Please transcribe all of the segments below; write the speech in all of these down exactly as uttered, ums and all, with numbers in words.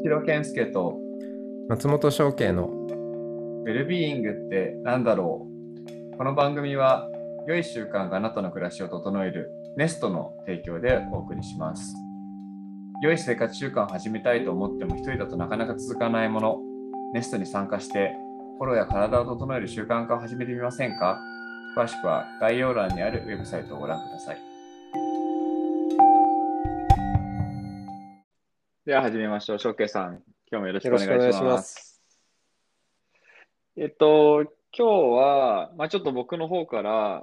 広健介と松本商家のウェルビーイングって何だろう。この番組は良い習慣があなたの暮らしを整えるネストの提供でお送りします。良い生活習慣を始めたいと思っても一人だとなかなか続かないもの、ネストに参加して心や体を整える習慣化を始めてみませんか？詳しくは概要欄にあるウェブサイトをご覧ください。では始めましょう。翔慶さん、今日もよろしよくお願いしろしくお願いしまます。 す。 えっと、今日は、まあ、ちょっと僕の方から、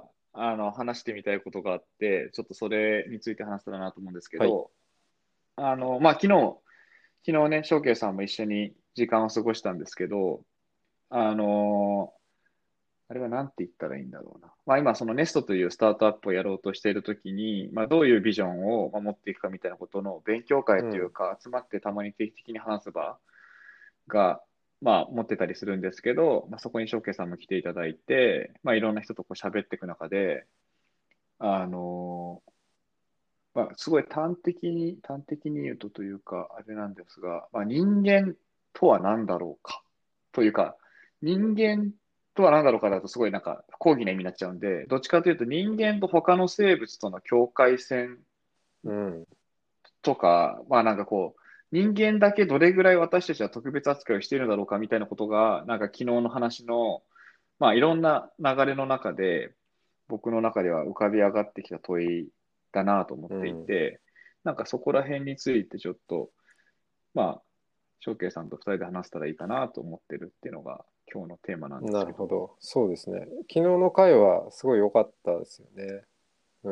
あの、話してみたいことがあって、ちょっとそれについて話せたらなと思うんですけはい。 ど、あの、まあ、昨日、昨日ね、翔慶さんも一緒に時間を過ごしたんですけど、あの、あれは何て言ったらいいんだろうな。まあ、今、そのネストというスタートアップをやろうとしているときに、まあ、どういうビジョンをまあ持っていくかみたいなことの勉強会といううん。 か、集まってたまに定期的に話す場が、まあ、持ってたりするんですけど、まあ、そこに翔慶さんも来ていただいて、まあ、いろんな人とこう喋っていく中で、あのまあ、すごい端的に、端的に言うとというか、あれなんですが、まあ、人間とは何だろうかというか、人間とは何だろうかだとすごいなんか講義な意味になっちゃうんで、どっちかというと人間と他の生物との境界線うん。 とか、まあなんかこう、人間だけどれぐらい私たちは特別扱いをしているのだろうかみたいなことが、なんか昨日の話の、まあいろんな流れの中で、僕の中では浮かび上がってきた問いだなと思っていうん。 て、なんかそこら辺についてちょっと、まあ、翔慶さんと二人で話せたらいいかなと思ってるっていうのが今日のテーマなんですなけど。 るほど。そうですね。昨日の回はすごい良かったですよね。うん。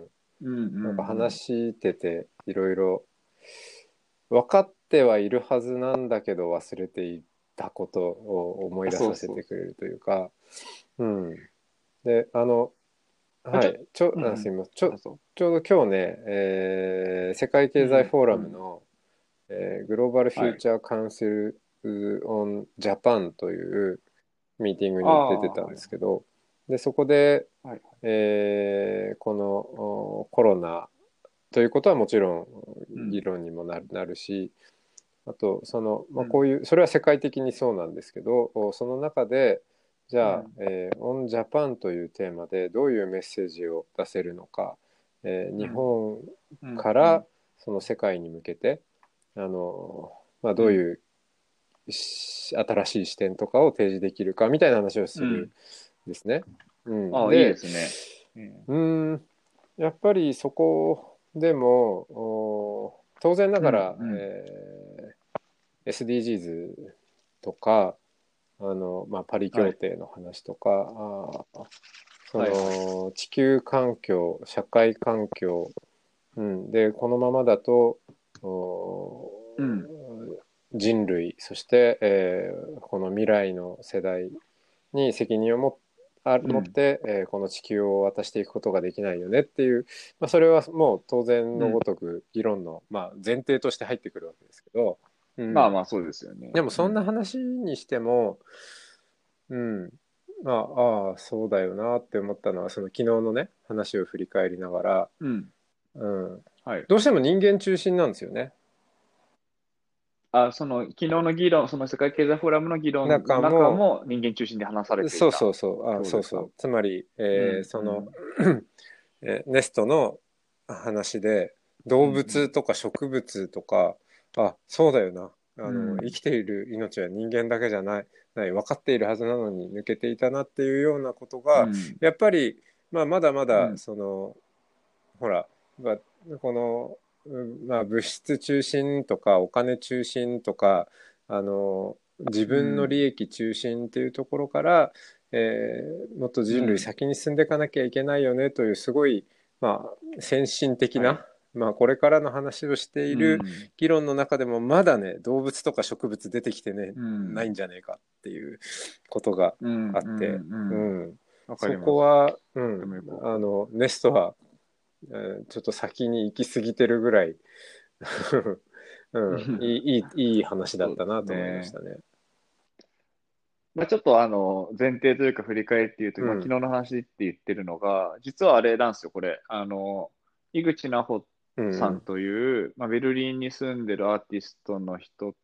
うんうんなんかうん。 話してていろいろ分かってはいるはずなんだけど忘れていたことを思いあ、 出そうさせてくれそうそう。 るというか、うん。で、あの、 まあ、ちょ、 はい。ちょ、あ、 うんうん。 すみません。ちょ、 あ、そう。 ちょうど今日ね、えー世界経済うんフォーうん。 ラムのえーグローバルフはい。 ューチャーカウンシルオンジャパンというミーティングああ、 に出てたんはいですけど、で、そこで、 はい。 えーこのコロナということはもちろうん。 ん議論にもなる、なるし、あと、その、まあ、こうん。 ういう、それは世界的にそうなんですけど、その中で、じゃあ、 うん。 えー、オンジャパンというテーマでどういうメッセージを出せるのか、えー日うん。 本うん。 から、 うん。 その世界に向けて、あの、まあ、 うん。 どういう新しい視点とかを提示できるかみたいな話をするうん。 んですね。うああ、 ん、 いいでで、 すね。うん。 うーん、やっぱりそこでも当然なうん。 がら、 うん。 えー エスディージーズ とかあの、まあ、パリはい。 協定の話とかあそはいはい。 の地球環境社会環境、うん、でこのままだとうん。 人類そして、えーこの未来の世代に責任を持あうん。 持って、えーこの地球を渡していくことができないよねっていう、まあ、それはもう当然うん。 のごとく議論の、まあ、前提として入ってくるわけですけど、うん、 まあまあ、そうですよね。 でもそんなうん。 話にしても、うん、まあ、ああ、そうだよなって思ったのは、その昨日のね、話を振り返りながら、 うん。 うん、 はい。 どうしても人間中心なんですよね。 あ、その、昨日の議論、その世界経済フォーラムの議論の中も、 中も人間中心で話されていそうそたうそう、あ、 ってことですか？ そうそう。つまり、えーうん。 そのうん。 えーネストの話で、 うん。 動うん。 物とか植物とか、あ、そうだよな。あの、生うん。 きている命は人間だけじゃない、ない、分かっているはずなのに抜けていたなっていうようなことが、 うん。 やっぱり、まあ、まだまだ、 うん。 その、ほら、まあ、この、うんまあ、物質中心とかお金中心とかあの自う分の利ん。 益中心っていうところから、えーもっと人類うん。 先に進んでいかなきゃいけないよねというすごい、まあ、先進的はい。 な、まあ、これからの話をしていうるん。 議論の中でもまだね動物とか植物出てきてねうん。 ないんじゃねえかっていうことがうん。 あっうて、 ん。うん。 うん、そわかります。 こは、うでもん、 よくわかる。 あのネストはえーちょっと先に行き過ぎてるぐらいうん、いい、いい、いい話だったそうですなと思いましね。 たね。 まあ、ちょっとあの、前提というか振り返っていうと、まあ、昨うん、 日の話って言ってるのが、実はあれなんですよ、これ。あの、井口奈穂うん、うん、 さんという、まあ、ベルリンに住んでるアーティストの人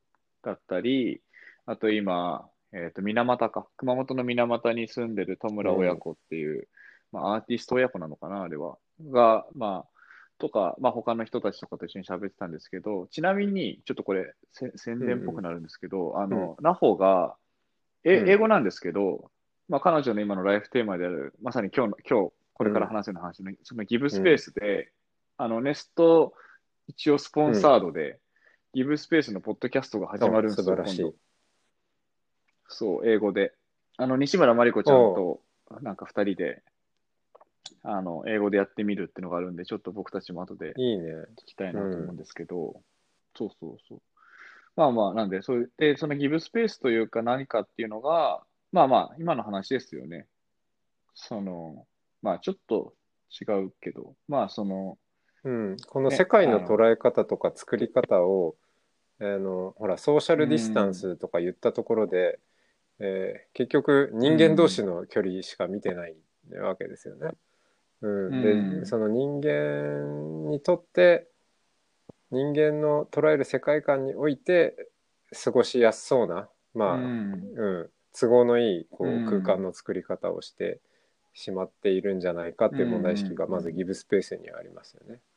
だったり、あと今、えっと、水俣か。熊本の水俣に住んでる戸村親うん。 子っていう、まあ、アーティスト親子なのかな、あれは。が、まあ、とか、まあ、他の人たちとかと一緒に喋ってたんですけど、ちなみに、ちょっとこれ、せ宣伝っぽくうん。 なるんですけど、あうん。 の、ナホが、え、英うん。 語なんですけど、まあ、彼女の今のライフテーマである、まさに今日の、今日、これからうん。 話すような話の、そのギブスペーうん。 スで、あの、ネスト、一応スポンうん。 サードで、ギブスペースのポッドキャストが始あ、 まるんですよ、今度。 素晴らしい。 そう、英語で。あの、西村真理子ちゃんおう、 と、なんか二人で、あの、英語でやってみるっていうのがあるんで、ちょっと僕たちも後でいいね。 聞きたいうん。 なと思うんですけど、そうそうそう。まあまあ、なんで、そういう、で、そのギブスペースというか何かっていうのが、まあまあ、今の話ですよね。その、まあちょっと違うけど、まあその、 うん。この世ね、 界のあの、 捉え方とか作り方を、あの、ほら、ソーシャうルディスタンん、 スとか言ったところで、えー結局う人間同士ん、 の距離しか見てないわけですよね。ううん。で、 ん、 その人間にとって人間の捉える世界観において過ごしやすそうな、 うまあ、 ん、 うん、都合のいいうこう空間ん、 の作り方をしてしまっているんじゃないかっうん、 ていう問題意う識がまずん。 ギブスペースにはありますよね。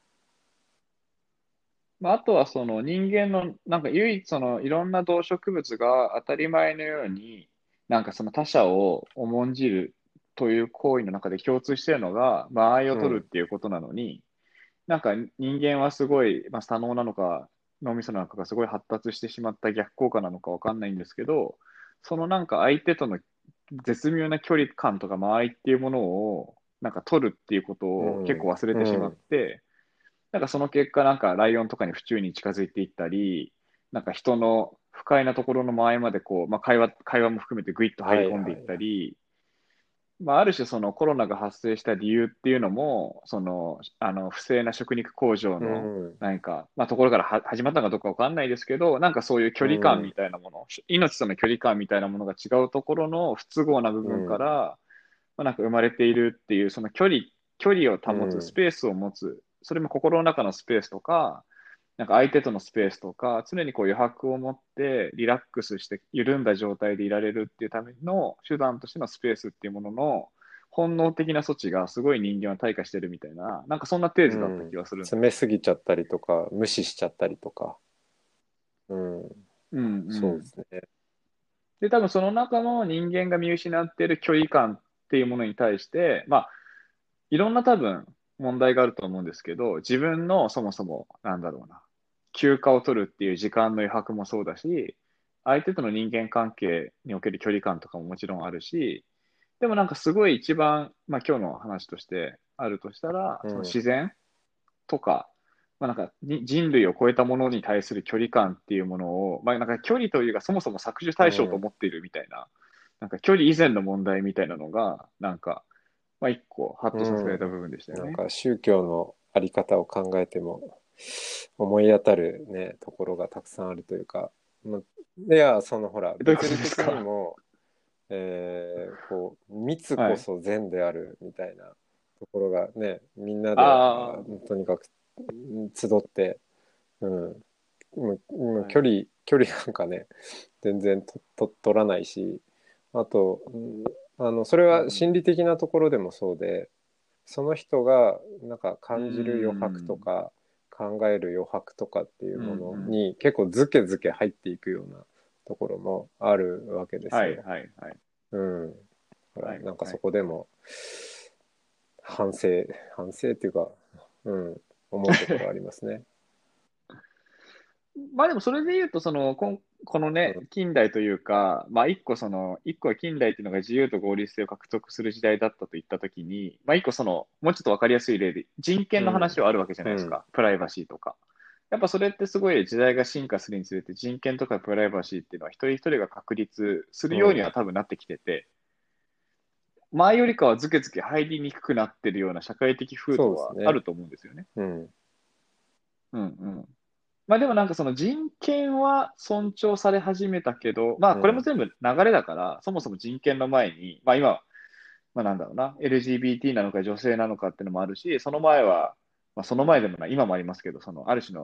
まああとはその人間の、なんか唯一そのいろんな動植物が当たり前のように、なんかその他者を重んじるという行為の中で共通しているのが、間合いを取るうん、 っていうことなのに、なんか人間はすごい、まあ、左脳なのか、脳みそなのかがすごい発達してしまった逆効果なのかわかんないんですけど、そのなんか相手との絶妙な距離感とか間合いっていうものを、なんか取るっていうことうを結構ん、 忘れてしまっうん、 て、なんかその結果なんかライオンとかに不注意に近づいていったり、なんか人の不快なところの間合いまでこう、まあ、会話、会話も含めてグイッと入はいり込んでいっはいはい。 たり、まあ、ある種そのコロナが発生した理由っていうのも、その、あの、不正な食肉工場うのん、 何か、まあ、ところからは始まったのかどうかわかんないですけど、なんかそういう距う離感みん、 たいなもの、命との距離感みたいなものが違うところの不都合な部分かうん、 ら、まあ、なんか生まれているっていう、その距離、距離を保つ、スうん、 ペースを持つ、それも心の中のスペースとか、なんか相手とのスペースとか、常にこう余白を持ってリラックスして緩んだ状態でいられるっていうための手段としてのスペースっていうものの本能的な措置がすごい人間は退化してるみたいな、なんかそんなテーうゼだった気ん。 がするんですよね。 詰めすぎちゃったりとか、無視しちゃったりとか。うん、 うんうん。 そうですね。 で、多分その中の人間が見失っている距離感っていうものに対して、まあ、いろんな多分問題があると思うんですけど、自分のそもそも、なんだろうな、休暇を取るっていう時間の余白もそうだし、相手との人間関係における距離感とかももちろんあるし、でもなんかすごい一番、まあ今日の話としてあるとしたら、そのうん、 自然とか、まあなんかに人類を超えたものに対する距離感っていうものを、まあなんか距離というかそもそも搾取対象とうん。 思っているみたいな、なんか距離以前の問題みたいなのが、なんか、まあ一個ハッうとさせられたん。 部分でしたよね。 なんか宗教のあり方を考えても思い当たるね、ところがたくさんあるというか、まいや、そのほら、 どういうこと物理的にですか？ も、えーこう、密はい。 こそ善であるみたいなところがね、みんなで、ああとにかく集って、うん、もうもあ、 うはい。 距離、距離なんかね、全然とと取らないし、あと、うん、あの、それは心うん。 理的なところでもそうで、その人がなんかう感じる余白とん。 か考える余白とかっていううん。 ものうん。 に結構ズケズケ入っていくようなところもあるわけですはい、 よ。 はい、はい。 うん。ほら、 はい、 なんかそはい。 こでも反省、反省っていうか、うん、思うところありますね。 まあでもそれで言うと、その、こん、このね、 うん。 近代というか、まあ一個その、一個は近代っていうのが自由と合理性を獲得する時代だったと言ったときに、まあ一個その、もうちょっとわかりやすい例で、人権のうん。 話はあるわけじゃなうん。 いですか。プライバシーとか。やっぱそれってすごい時代が進化するにつれて人権とかプライバシーっていうのは一人一人が確立するようにうん。 は多分なってきてて、前よりかはズケズケ入りにくくなってるような社会的風そ土うですね。 はあると思うんですよね。 うん。 うんうん。まあでもなんかその人権は尊重され始めたけど、まあうん。 これも全部流れだから、そもそも人権の前に、まあ今、まあなんだろうな、エルジービーティー なのか女性なのかっていうのもあるし、その前は、まあその前でもない、今もありますけど、そのある種の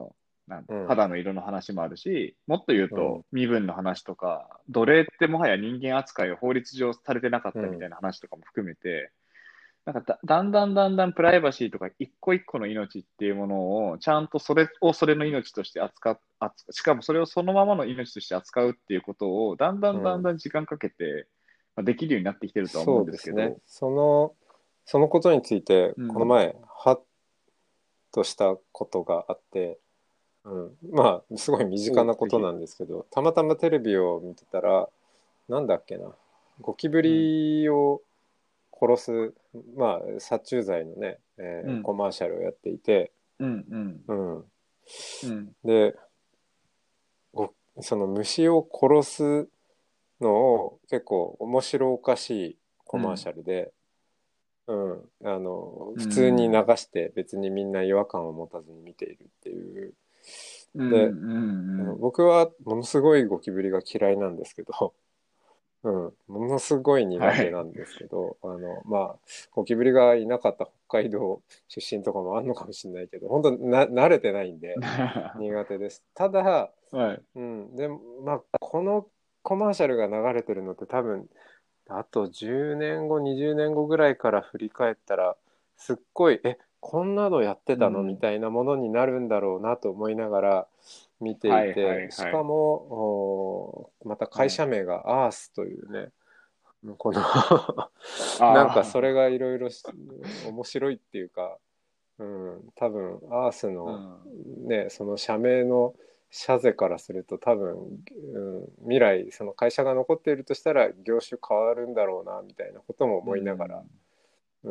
なんだ、 うん、 肌の色の話もあるし、もっと言ううん、 と身分の話とか、奴隷ってもはや人間扱いを法律上されてなかったみたうん、 いな話とかも含めて、なんかだ、だんだんだんだんプライバシーとか一個一個の命っていうものを、ちゃんとそれをそれの命として扱っ、扱しかもそれをそのままの命として扱うっていうことを、だんだんだんうん。 だん時間かけて、まあできるようになってきてるとは思うそうんでですね。 すけど、 その、そのことについて、 うん。 この前、はっとしたことがあって、うん、まあ、すごい身近お、 なことなぜひ。 んですけど、たまたまテレビを見てたら、なんだっけな、ゴキブうん。 リを殺す、まあ、殺虫剤のね、えーうん。 コマーシャルをやっていて、 うん。うん。 うん、 うん。 で、ごその虫を殺すのを結構面白おかしいコマーうん。 シャルで、うん、あのう普通に流ん。 して別にみんな違和感を持たずに見ているっていう。 うん。 で、 うん。 僕はものすごいゴキブリが嫌いなんですけど、うん、ものすごい苦はい。 手なんですけど、あの、まあ、ゴキブリがいなかった北海道出身とかもあるのかもしれないけど、本当な、慣れてないんで苦手です。ただ、 はい。 うん、でも、まあ、このコマーシャルが流れてるのって多分、あとじゅうねんご、にじゅうねんごぐらいから振り返ったら、すっごい、え、こんなのやってたのみうん。 たいなものになるんだろうなと思いながら見てはいはいて、しいはい。 かも、おまた会はい。 社名がアースというね、このなんかそれあがいろいろ面白いっていうか、うん、多分アースあ。うのん。 ね、その社名の社税からすると多分、うん、未来その会社が残っているとしたら業種変わるんだろうなみたいなこともう思いながら、 ん。 うん、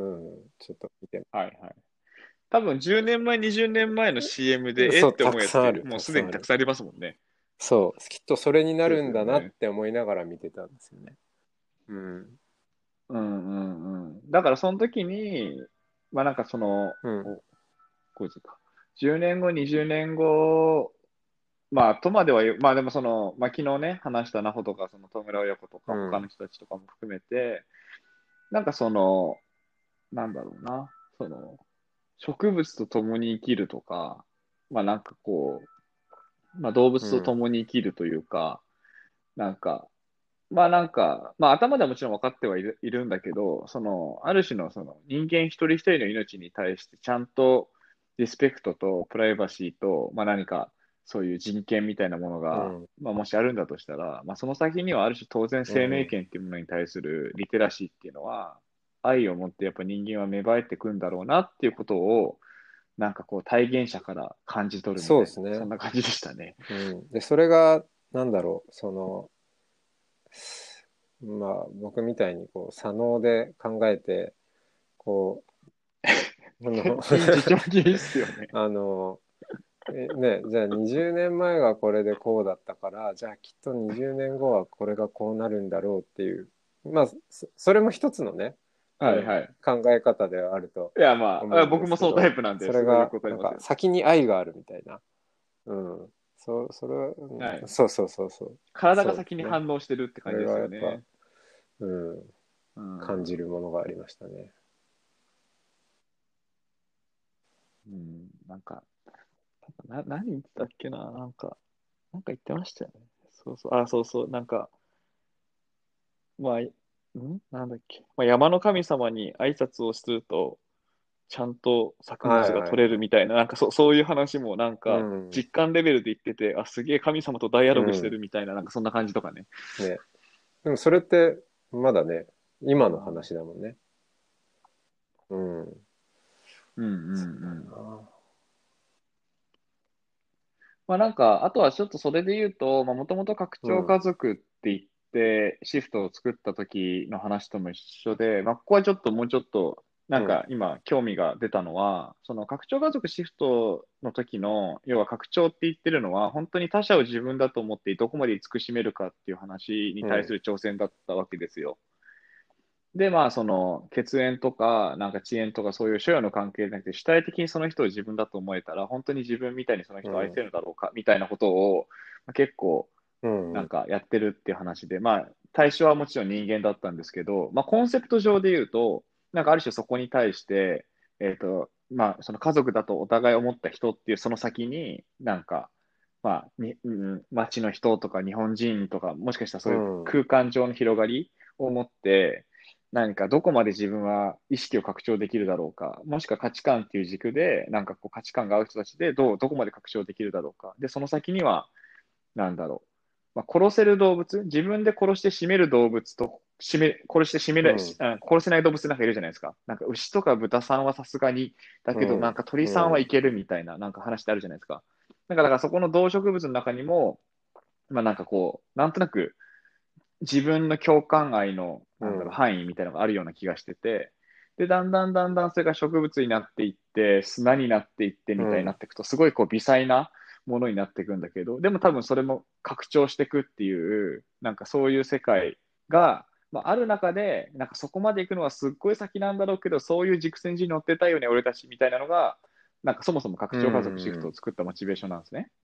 ちょっと見てはいはい。多分じゅうねんまえ、にじゅうねんまえの シーエム で、えっそう、 てた思うやつって、 くさんある、 もうたくさんある。 すでにたくさんありますもんね。 そう、きっとそれになそうでるんだなっすよね。 て思いながら見てたんですよね。うん、 うんうんうん。だからその時に、まあなんかその、 うん、 お、ごじか。じゅうねんご、にじゅうねんご、まあとまでは言う、まあでもその、まあ昨日ね、話したナホとか、その戸村親子とか、他のうん、 人たちとかも含めて、なんかその、なんだろうな、その、植物と共に生きるとか、まあなんかこう、まあ動物とうん、 共に生きるというか、なんか、まあなんか、まあ頭ではもちろん分かってはいる、いるんだけど、その、ある種のその人間一人一人の命に対してちゃんとリスペクトとプライバシーと、まあ何かそういう人権みたいなものが、 うん、 まあもしあるんだとしたら、まあその先にはある種当然うん、 生命権っていうものに対するリテラシーっていうのは、愛を持ってやっぱ人間は芽生えてくんだろうなっていうことを、なんかこう体現者から感じ取るみたいな、そそうですね。 んな感じでしたね。 うん、で、それが、なんだろう、その、まあ、僕みたいにこう左脳で考えてこうあの最近自重気味っすよね。 あのえね、じゃあにじゅうねんまえがこれでこうだったからじゃあきっとにじゅうねんごはこれがこうなるんだろうっていう、まあそそれも一つのね、うん、 はいはい。 考え方ではあるといや、まあ、 思うんで僕もそのタイすけど、 プなんで、 それすごいよがなんくわかりますよ。 か先に愛があるみたいな、うん、そそれは、 はい。 うん、そうそうそうそう体がそうですね。 先に反応してるってそれ感じですがやっぱ、 よね。 うん、 うん。 感じるものがありましたね。 うん。なんか、な、何言ってたっけな、なんか、なんか言ってましたよね。そうそう。あ、そうそう。なんか、まあ、んなんだっけ。まあ、山の神様に挨拶をすると、ちゃんと作はい物が取れはいはい。 るみたいな、なんかそ、そういう話もなんか、 うん、 実感レベルで言ってて、あ、すげえ神様とダイアログしてうん。 るみたいな、なんかそんな感じとかね。 ね。でもそれってまだね、今のあ話だもんね。うん。 ーうんうんそうだうん。 よまあなんか、あとはちょっとそれで言うと、まあもともと拡な。う張ん。 家族って言ってシフトを作った時の話とも一緒で、まあここはちょっともうちょっと、なんうん。 か今興味が出たのは、その拡張家族シフトの時の、要は拡張って言ってるのは、本当に他者を自分だと思ってどこまで慈しめるかっていう話にうん。 対する挑戦だったわけですよ。で、まあ、その、血縁とか、なんか遅延とか、そういう所与の関係じゃなくて、主体的にその人を自分だと思えたら、本当に自分みたいにそのうん。 人を愛せるだろうか、みたいなことを、まあ結構、 うん。うん。 なんかやってるっていう話で、まあ、対象はもちろん人間だったんですけど、まあ、コンセプト上で言うと、なんかある種そこに対して、えっと、 まあ、その家族だとお互い思った人っていうその先に、なんか、まあ、に、うん、街の人とか日本人とか、もしかしたらそういううん、 空間上の広がりを持って、何かどこまで自分は意識を拡張できるだろうか、もしくは価値観っていう軸で、なんかこう価値観が合う人たちでどう、どこまで拡張できるだろうか。で、その先には、なんだろう。まあ、殺せる動物、自分で殺して締める動物と、締め、殺して締める、しうん、 あ殺せない動物なんかいるじゃないですか。なんか牛とか豚さんはさすがに、だけどなんうん、 か鳥さんうん、 はいけるみたいな、なんか話ってあるじゃないですか。なんか、だからそこの動植物の中にも、まあなんかこう、なんとなく自分の共感愛の、なんだろう、 うん、 範囲みたいなのがあるような気がしてて、で、だんだんだんだんそれが植物になっていって、砂になっていってみたいになうん、 っていくと、すごいこう微細なものになっていくんだけど、でも多分それも拡張していくっていう、なんかそういう世界が、まあ、ある中で、なんかそこまで行くのはすっごい先なんだろうけど、そういう軸線に乗ってたよね、俺たちみたいなのが、なんかそもそも拡う張家族シフトをん、 作ったモチベーションなんですね。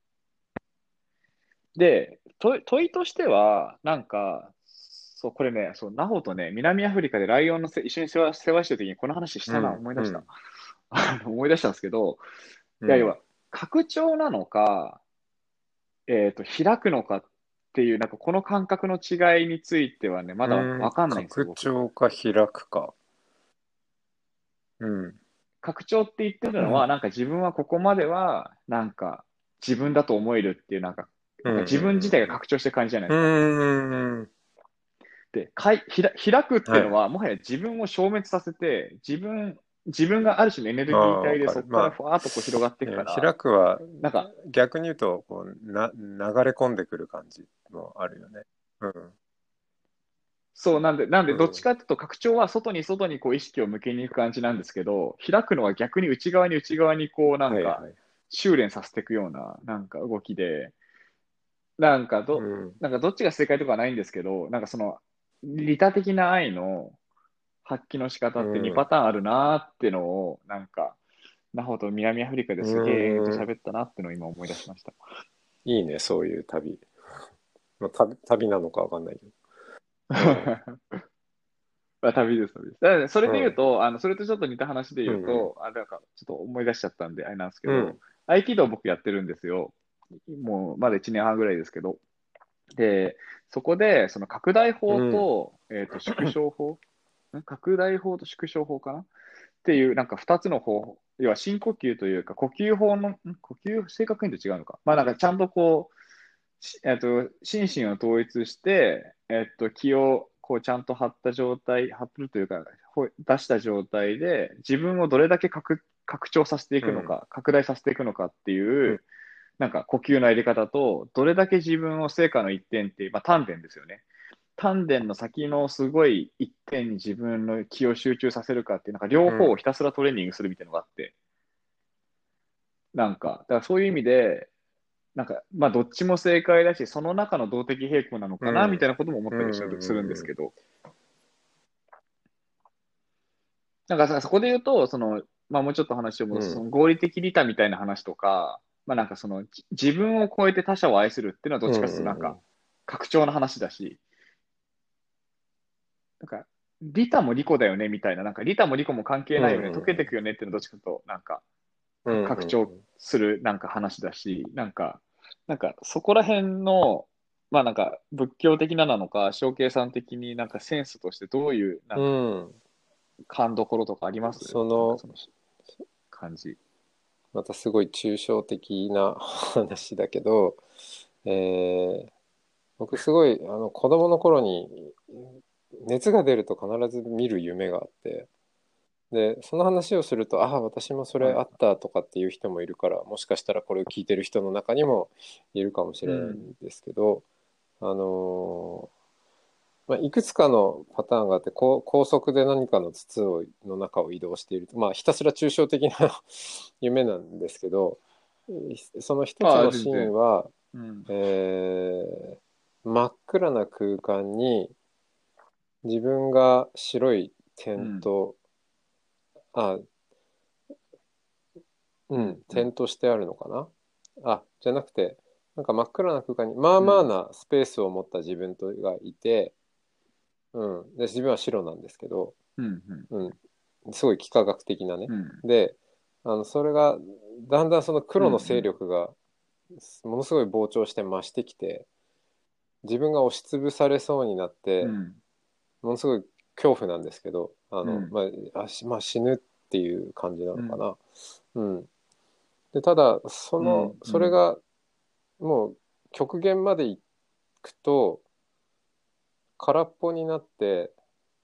で、問い、問いとしては、なんか、そう、これね、そう、ナホとね、南アフリカでライオンのせ一緒に世話、世話してる時にこの話したな、 うん、 思い出した。 うん、 あの思い出したんですけど、いや、要うん、 は、拡張なのか、えっと、開くのかっていう、なんかこの感覚の違いについてはね、まだうん、 わかんないんですよ、 拡僕。 張か開くか。うん、 拡張って言ってるのは、なんか自分はここまでは、なんか自分だと思えるっていう、なんか、なんかうん、 自分自体がうん、 拡張してる感じじゃないでうすか。 ん、うん、 で、かい、ひら開くっていうはい。 のは、もはや自分を消滅させて、自分、自分がある種のエネルああ、 ギー体で、 わかる。 そこからまふわーっとこう広がってあ、ね、 いくから、 開くはなんか、 逆に言うとこうな流れ込んでくる感じもあるよね。うん、 そう、なんで、なんで、どっちうん、 かっていうと、拡張は外に外にこう意識を向けに行く感じなんですけど、開くのは逆に内側に内側にこう、なんか、 はいはい。 修練させていくような、なんか動きで、なんかど、 うん、 なんかどっちが正解とかはないんですけど、なんかその、利他的な愛の発揮の仕方うってにん、 パターンあるなーってのを、なんか、ナホと南アフリカでうすげえ延々とん、 喋ったなってのを今思い出しました。 いいね、そういう旅。まあ、旅、旅なのかわかんないけど。 まあ、旅です、旅です。だからねそれうん、うん、 で言うと、あの、それとちょっと似た話でうん、 言うと、あ、なんか、ちょっと思い出しちゃったんで、あれなんですけど、 うん、 合気道僕やってるんですよ。もう、まだいちねんはんぐらいですけど。で、そこで、その拡大う法ん、 と、えっと、縮小法ん拡大法と縮小法かなっていう、なんか二つの方法、要は深呼吸というか、呼吸法の、ん呼吸、正確に言うと違うのか。まあなんかちゃんとこう、しえっと、心身を統一して、えっと、気をこうちゃんと張った状態、張ってるというか、ほ出した状態で、自分をどれだけ拡、拡張させていうん、 くのか、拡大させていくのかっていうん、 う、なんか呼吸のやり方と、どれだけ自分を成果の一点っていう、まあ丹田ですよね。丹田の先のすごい一点に自分の気を集中させるかっていう、なんか両うん、 方をひたすらトレーニングするみたいなのがあって、なんか、だからそういう意味で、なんか、まあ、どっちも正解だし、その中の動的平衡なのかな、みうん、 たいなことも思っうたりするするんですん、 けど、なんかさ、そこで言うと、その、まあ、もうちょっと話を戻すと、そうん、 の合理的利他みたいな話とか、まあ、なんかその、じ自分を超えて他者を愛するっていうのはどっうちかというと、なんか、 ん、 拡張の話だし、なんか、利他も利己だよね、みたいな、なんか、利他も利己も関係うないよね、溶けていん、 くよねっていうのはどっちかというと、なんか、かうん、 拡張するなんか話だし、なんか、なんかそこら辺の、まあなんか仏教的ななのか、正慶さん的になんかセンスとしてどういうなうんかん。 勘どころとかありますその、 なんかその感じ。 またすごい抽象的な話だけど、えー僕すごいあの子供の頃に熱が出ると必ず見る夢があって、でその話をすると、ああ私もそれはい。 あったとかっていう人もいるから、もしかしたらこれを聞いてる人の中にもいるかもしれないんうん。 ですけど、あのーまあ、いくつかのパターンがあって、こう高速で何かの筒をの中を移動していると、まあ、ひたすら抽象的な夢なんですけど、その一つああ、 のシーン全然。 は、 うん。 えー真っ暗な空間に自分が白いうん。 点と、あ、ううん。 ん、 うん。 点としてあるのかな。あ、じゃなくて、なんか真っ暗な空間に、まあうん。 まあなスペースを持った自分とがいて、うん、で、自分は白なんですけど、 うん。 うん、すごい幾何学的なね。 うん。 で、 あのそれがだんだんそのうん、 黒の勢うん、 力がものすごい膨張して増してきて、自分が押しつぶされそうになって、 うん、 ものすごい恐怖なんですけど、あの、 うん、 まあ、あしまあ、死ぬっていう感じなうん、 のかな。うん。で、ただ、その、 うん、うん、 それがもう極限までいくと、空っぽになって、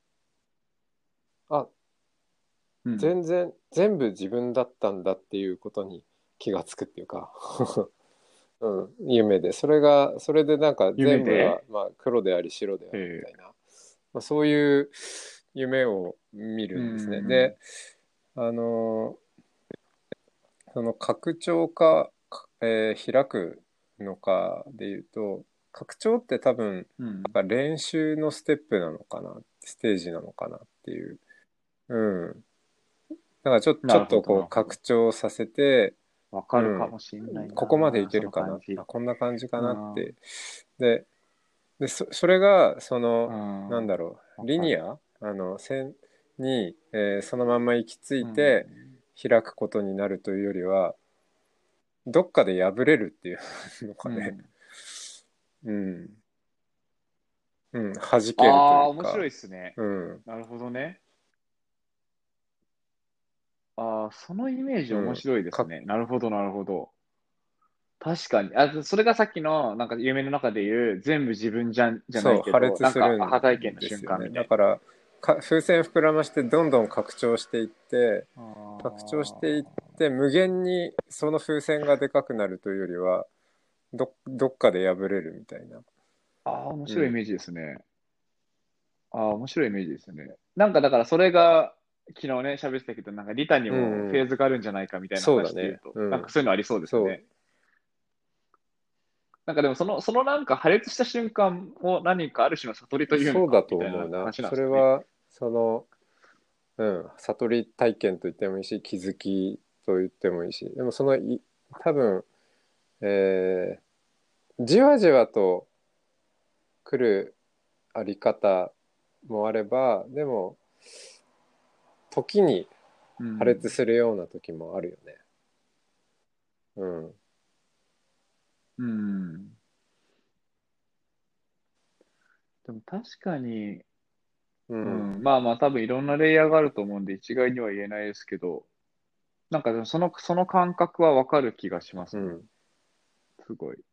あ、 うん。 全然、全部自分だったんだっていうことに気がつくっていうか、うん、夢で。それが、それでなんか夢全部が、 でまあ、黒であり白であえー、 りみたいな、まあ、そういう夢を見うるんですね。 ん、 で、あのその拡張か、えー開くのかでいうと、拡張って多分、 うん。 なんか練習のステップなのかな、ステージなのかなっていう。うん。だからちょ、ちょなるほど、 っとこうなるほど。 拡張させて、 わかるかうん。 もしんないここまでいな、そのけるかな。 感じ。 あ、こんな感じかうん、うなって。で、で、そ、それが、その、なんん、 だろう、 わかる。 リニア、あの、線に、えーそのまんま行き着ういてん、 開くことになるというよりは、どっかで破れるっていうのかね。 うん。 うん。うん。弾あけるといあ、 うか。 面白いっすね。 うん。 なるほどね。ああ、そのイメージ面うん。か、 白いですね。なるほど、なるほど。確かに。あ、それがさっきの、なんか夢の中で言う、全部自分じゃん、じゃなそう、 いけど、 破裂なんか、 するんアハ体験の瞬ですよね。 間みたいだから、か、風船膨らましてどんどん拡張していって、 な。 拡張していっあて無限にその風船がでかくなるというよりは、ど、どっかで破れるみたいな。 あ、ああ、面うん。 白いイメージですね。ああ、面白いイメージですね。なんかだからそれが、昨日ね、喋ってたけど、なんかリタにうんうん。 もフェーズがあるんじゃないかみたいなそうだね。 話で言うと、 うん。 なんかそういうのありそうですそう。 ね。なんかでもその、そのなんか破裂した瞬間を何かある種の悟りというのそうだとかみたいな思うな。 話なんですかね。 それは、その、うん、悟り体験と言ってもいいし、気づきと言ってもいいし、でもそのい、多分、えーじわじわと来るあり方もあれば、でも、時に破裂うん。 するような時もあるよね。うん。 うん。でも確かに、ううん。 ん、まあまあ多分いろんなレイヤーがあると思うんで一概には言えないですけど、なんかでもその、その感覚はわかる気がしますね。 うん。 すごい。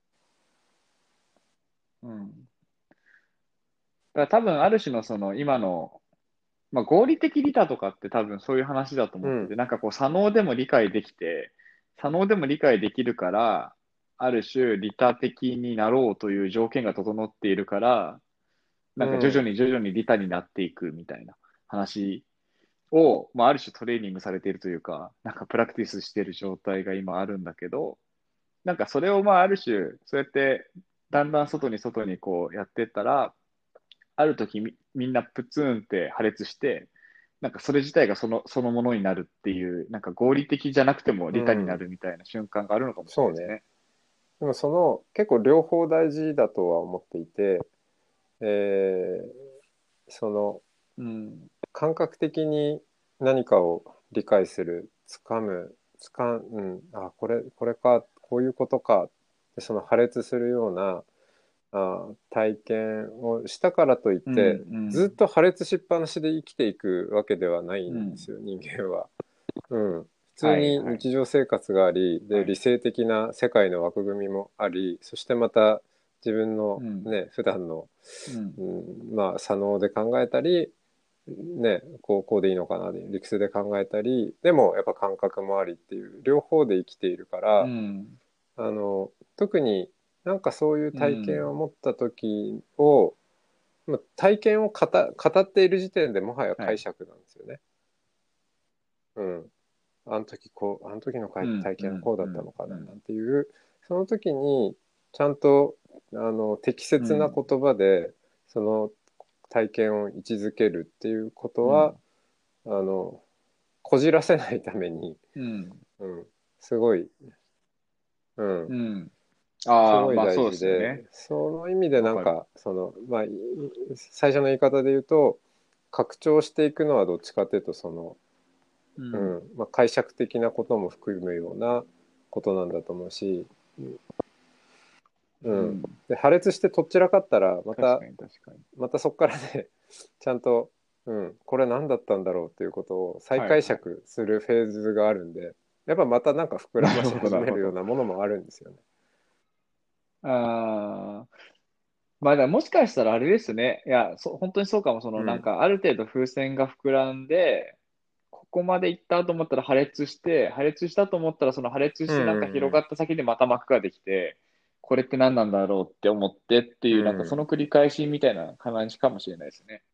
うん。だから多分ある種のその今の、まあ合理的利他とかって多分そういう話だとうん。 思ってて、なんかこう左脳でも理解できて、左脳でも理解できるから、ある種利他的になろうという条件が整っているから、なんか徐々 うん。 に徐々に利他になっていくみたいな話を、まあ、ある種トレーニングされているというか、なんかプラクティスしている状態が今あるんだけど、なんかそれをまあある種、そうやってだんだん外に外にこうやっていったら、ある時み、みんなプツンって破裂して、なんかそれ自体がその、そのものになるっていう、なんか合理的じゃなくても利他になうん。 るみたいな瞬間があるのかもしれなそうね。 いですね。 でもその結構両方大事だとは思っていて、えーそのうん。 感覚的に何かを理解する、つかむ、つかん、うん、あ、これ、これか、こういうことか、でその破裂するようなあ体験をしたからといっうん、 て、 うん、 ずっと破裂しっぱなしで生きていくわけではないうん。 んですよ、人間は。うん。普通はい、はい、 に日常生活があり、で、 はい。 理性的な世界の枠組みもあり、そしてまた自分のうん、 ね、普段の、 うん、 うん、まあ、左脳で考えたり、ね、こう、こうでいいのかな、理屈で考えたり、でもやっぱ感覚もありっていう、両方で生きているかうら、 ん、 あの、特になんかそういうう体験をん。 持った時を、まあ体験を語、語っている時点でもはやはい。 解釈なんですよね。うん。あの時こう、あの時のうん、 体験はうん、 こうだったうん、 のかな、なんうん。 ていう、その時にちゃんと、あの、適切なうん、 言葉で、その体験を位置づけるっていうことは、 うん、 あの、こじらせないために、 うん、 うん、すごい、うん、 うん。ああ、 すごい大まあそうで事で、 すよね。 その意味でわかる。 なんか、その、まあ、い最初の言い方で言うと、拡張していくのはどっちかというと、その、 ううん。 んまあ、解釈的なことも含むようなことなんだと思うし、うん、 うん。 で破裂してとっちらかったらまた確かに、確かに。 またそこからねちゃんと、うん、これ何だったんだろうっていうことを再解はいはい。 釈するフェーズがあるんで、やっぱまたなんか膨らましなるほど、 始めるようなるほど。 なものもあるんですよね。 ああ。まあ、だからもしかしたらあれですね。いや、そ、本当にそうかも。その、なんうん、 か、ある程度風船が膨らんで、ここまで行ったと思ったら破裂して、破裂したと思ったら、その破裂うんしてなんかうんうん広がった先でまた膜ができて、これって何なんだろうって思ってっていう、なんかそうんの繰り返しみたいな感じかもしれないですね。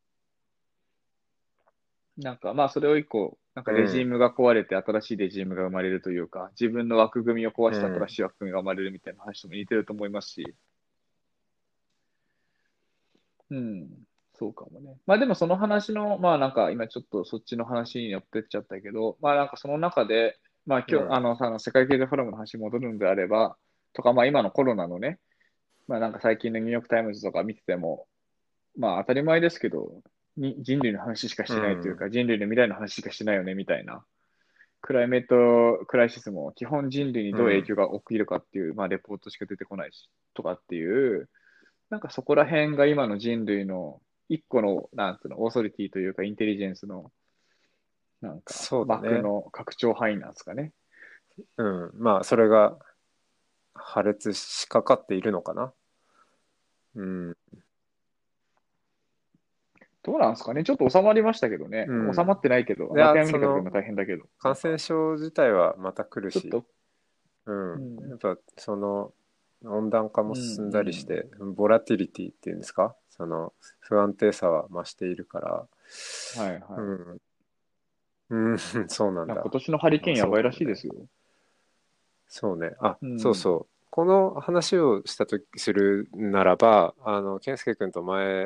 なんか、まあ、それを一個、なんかレジーうんムが壊れて新しいレジームが生まれるというか、自分の枠組みを壊して新うんしい枠組みが生まれるみたいな話とも似てると思いますし、うん、そうかもね。まあでもその話の、まあなんか今ちょっとそっちの話に寄ってっちゃったけど、まあなんかその中で、まあ今日、あうんの、あの世界経済フォーラムの話に戻るんであれば、とかまあ今のコロナのね、まあなんか最近のニューヨークタイムズとか見てても、まあ当たり前ですけど、に人類の話しかしうてないというんか、人類の未来の話しかしてないよねみたいな。クライメートクライシスも基本人類にどう影響うんが起きるかっていう、まあレポートしか出てこないし、とかっていう、なんかそこら辺が今の人類の一個の、なんつうの、オーソリティというか、インテリジェンスの、なんか、 そうだね。 枠の拡張範囲なんですかね。 うん、まあそれが破裂しかかっているのかな。うん、 どうなんですかね。ちょっと収まりましたけどね。 う収まっん。 てないけど、 いや、 ラテンアメリカとかその今大変だけど、な感んか、 染症自体はまた来るし、 ちょっと、 うん、 うん、 やっぱその温暖化もうん、 進んうん。 だりして、ボラティリティっていうんですか、その不安定さは増しているから、 はいはい。 うん、うん、そうなんなんか今だ。 年のハリケまあーンやばいらそうかもね。 しいですよ。 そうね。あ、 うん、 そうそう。この話をしたときするならば、あの、健介君と前、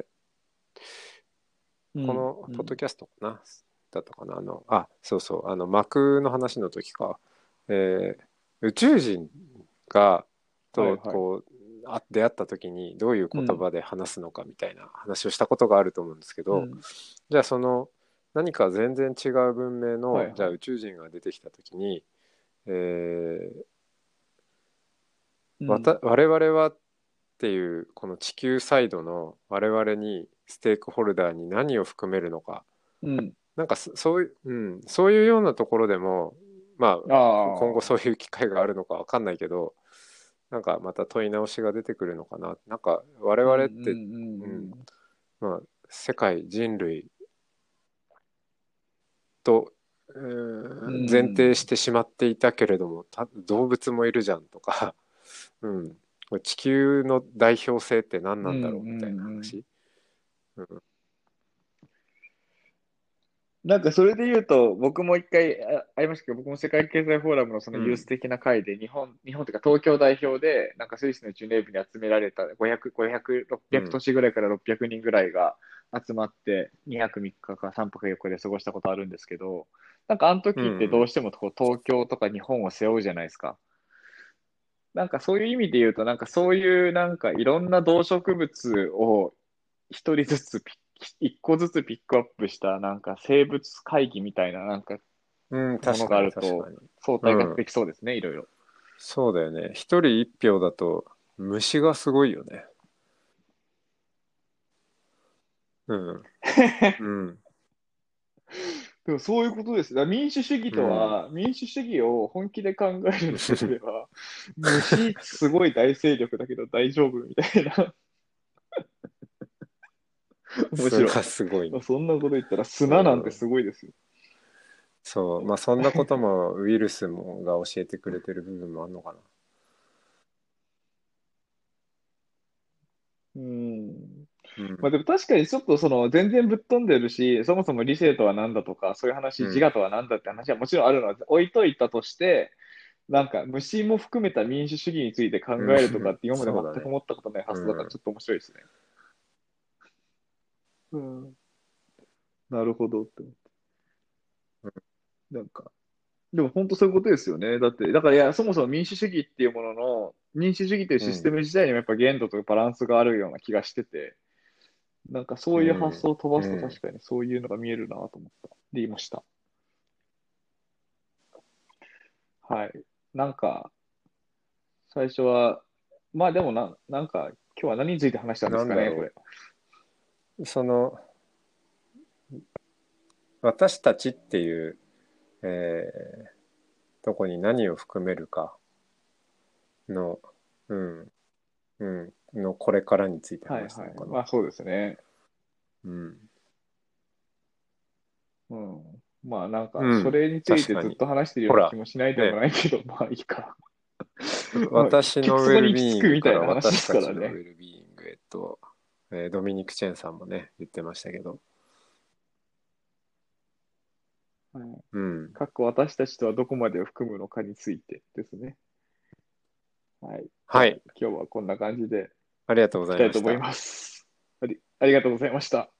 こうん、うん、 のポッドキャストかなだったかなあの、あ、そうそう、あの、幕の話の時か。えー宇宙人が、と、 はいはい。 こう、あ、出会った時にどういううん、 言葉で話すのかみたいな話をしたことがあると思うんですけど、 うん、 じゃあその何か全然違う文明の、じゃあはいはい。 宇宙人が出てきた時に、えーわたうん、 我々はっていうこの地球サイドの我々にステークホルダーに何を含めるのか、 うん。 なんかそそういう、うん、そういうようなところでもまああ今後そうあ、 いう機会があるのかわかんないけど、なんかまた問い直しが出てくるのかな。なんか我うん、うん、 々って、うん、 うん、 まあ世界人類と、ううーん前提しん。 てしまっていたけれども、た動物もいるじゃんとか、うん、これ地球の代表性って何うん、うなんだろうみたいなん、うん。 話。うん、 なんかそれで言うと、僕も一回あありましたけど、僕も世界経済フォーラムのそのユースうん、 的な会で、日本、日本というか東京代表で、なんかスイスのジュネーブに集められたごひゃく、ごひゃく、600 うん、 都市ぐらいからろっぴゃくにんぐらいが集まって、にはくみっかかかさんぱくよっかで過ごしたことあるんですけど、なんかあのう時ってどうん、 してもこう東京とか日本を背負うじゃないですか。なんかそういう意味で言うと、なんかそういうなんかいろんな動植物を一人ずつピッ、一個ずつピックアップしたなんか生物会議みたいななんかうん、 ものがあ確かにると確かに。 相対化うん、 できそうですね、いろいろ。 そうだよね。一人一票だと虫がすごいよね。うん、うん、 でもそういうことです。だから民主主義うん。 とは、民主主義を本気で考えるのであれば、虫すごい大勢力だけど大丈夫みたいな。面それは白すごいね。 い。そんなこと言ったら砂なんてうん。 すごいですよ。 そう。まあそんなこともウイルスもが教えてくれてる部分もあるのかな。 うん。 うん。 まあでも確かにちょっとその全然ぶっ飛んでるし、そもそも理性とは何だとか、そういう話、 うん。 自我とは何だって話はもちろんあるのは置いといたとして、なんか虫も含めた民主主義について考うん。 えるとかって今まで全そうだね。 く思ったことないう発想だからちん。 ょっと面白いですね。うん。なるほどって思って。なんか、でも本当そういうことですよね。だって、だからいや、そもそも民主主義っていうものの、民主主義というシステうん。 ム自体にもやっぱ限度とバランスがあるような気がしてて、なんかそういう発うん。 想を飛ばすとうん。 確かにそういうのが見えるなと思った。で、いました。 はい。なんか、最初は、まあでもな、なんか、今日は何について話したんでなすかね、こんだろれ。 う。その、私たちっていう、えーとこに何を含めるかの、うん、うん、のこれからについてはいはい。 話したのかな。 まあそうですね。 うん。 うん。まあなんか、 うん、 それについてずっ確かに。 と話してるような気ほら、 もしないでもね、 ないけど、まあいいか。まあ結私のウェ局そこに行きルビーイン着くみたいグから私な話ですたちのウからね。 ェルビーイングへと、えードミニク・チェンさんもね、言ってましたけど、 はい。 うん。 かっこ私たちとはどこまでを含むのかについてですね。はい。じゃあはい、 今日はこんな感じでありがとうございいきたいと思いました。 ます。あり、ありがとうございました。